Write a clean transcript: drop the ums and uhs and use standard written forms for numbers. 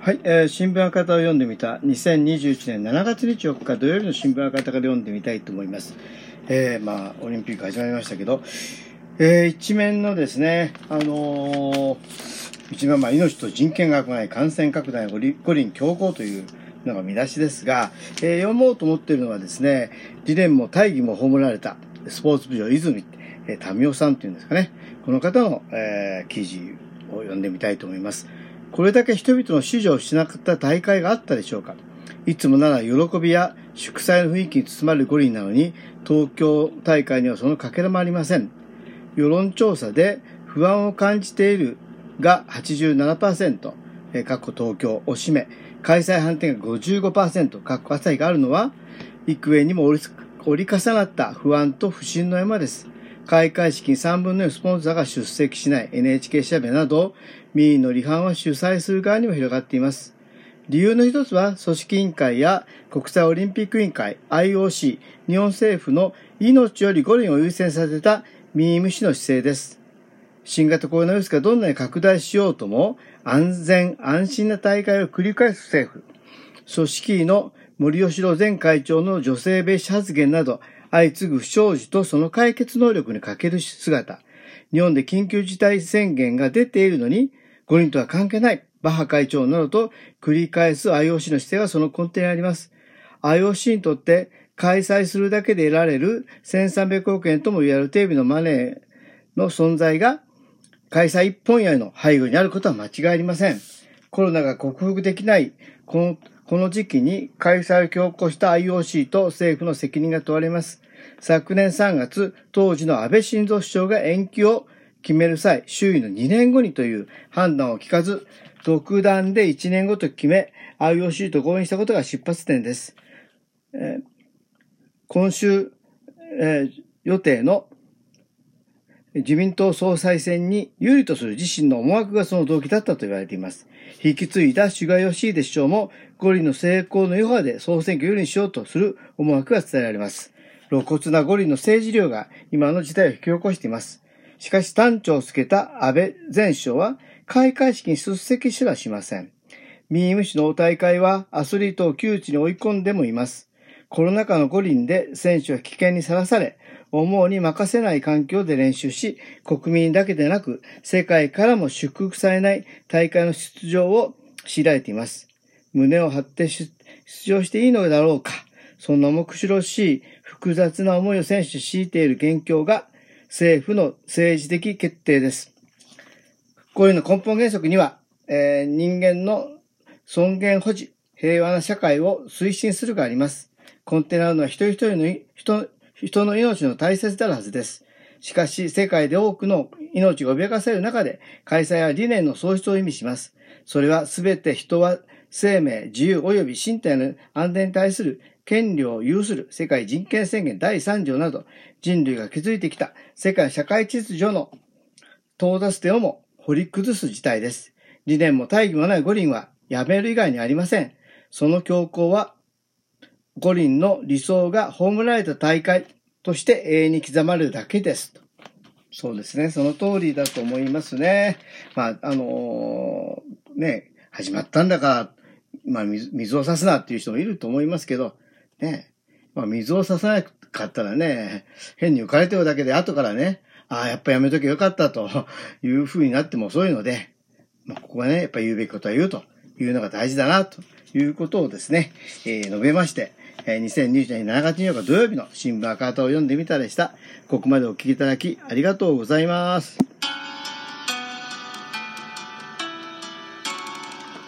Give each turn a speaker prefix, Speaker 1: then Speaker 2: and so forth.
Speaker 1: はい、新聞赤旗を読んでみた2021年7月24日土曜日の新聞赤旗から読んでみたいと思います。オリンピック始まりましたけど、一面のですね、一面命と人権が危ない感染拡大五輪強行というのが見出しですが、読もうと思っているのはですね、理念も大義も葬られたスポーツ部長泉民生さんというんですかね、この方の、記事を読んでみたいと思います。これだけ人々の支持を失った大会があったでしょうか。いつもなら喜びや祝祭の雰囲気に包まれる五輪なのに、東京大会にはそのかけらもありません。世論調査で不安を感じているが 87%、東京を占め、開催反転が 55%、朝日があるのは、幾重にも折り重なった不安と不信の山です。開会式に3分の4スポンサーが出席しない NHK 調べなど、民意の離反は主催する側にも広がっています。理由の一つは、組織委員会や国際オリンピック委員会、IOC、日本政府の命より五輪を優先させた民意無視の姿勢です。新型コロナウイルスがどんなに拡大しようとも、安全安心な大会を繰り返す政府。組織委の森喜朗前会長の女性蔑視発言など、相次ぐ不祥事とその解決能力に欠ける姿。日本で緊急事態宣言が出ているのに、五輪とは関係ない、バッハ会長などと繰り返す IOC の姿勢がその根底にあります。IOC にとって開催するだけで得られる1300億円とも言われるテレビのマネーの存在が開催一本やの背後にあることは間違いありません。コロナが克服できないこの時期に開催を強行した IOC と政府の責任が問われます。昨年3月、当時の安倍晋三首相が延期を決める際、周囲の2年後にという判断を聞かず、独断で1年後と決め、IOC と合意したことが出発点です。今週、予定の自民党総裁選に有利とする自身の思惑がその動機だったと言われています。引き継いだ菅義偉首相も五輪の成功の余波で総選挙を有利にしようとする思惑が伝えられます。露骨な五輪の政治量が今の事態を引き起こしています。しかし端緒をつけた安倍前首相は開会式に出席すらしません。民意無視の大会はアスリートを窮地に追い込んでもいます。コロナ禍の五輪で選手は危険にさらされ、思うに任せない環境で練習し、国民だけでなく世界からも祝福されない大会の出場を強いられています。胸を張って出場していいのだろうか。そんな目白しい複雑な思いを選手に強いている元凶が政府の政治的決定です。こういうの根本原則には、人間の尊厳保持、平和な社会を推進するがあります。根底にあるのは一人一人の人の命の大切であるはずです。しかし、世界で多くの命が脅かされる中で、開催は理念の喪失を意味します。それはすべて人は生命、自由及び身体の安全に対する権利を有する世界人権宣言第3条など、人類が築いてきた世界社会秩序の到達点をも掘り崩す事態です。理念も大義もない五輪はやめる以外にありません。その強行は五輪の理想が葬られた大会として永遠に刻まれるだけです。そうですね。その通りだと思いますね。始まったんだから、水を差すなっていう人もいると思いますけど、ね。水を差さなかったらね、変に浮かれてるだけで後からね、やっぱやめとけよかったという風になっても遅いので、ここはね、やっぱ言うべきことは言うというのが大事だなということをですね、述べまして、2020年7月24日土曜日の新聞赤旗を読んでみたでした。ここまでお聞きいただきありがとうございます。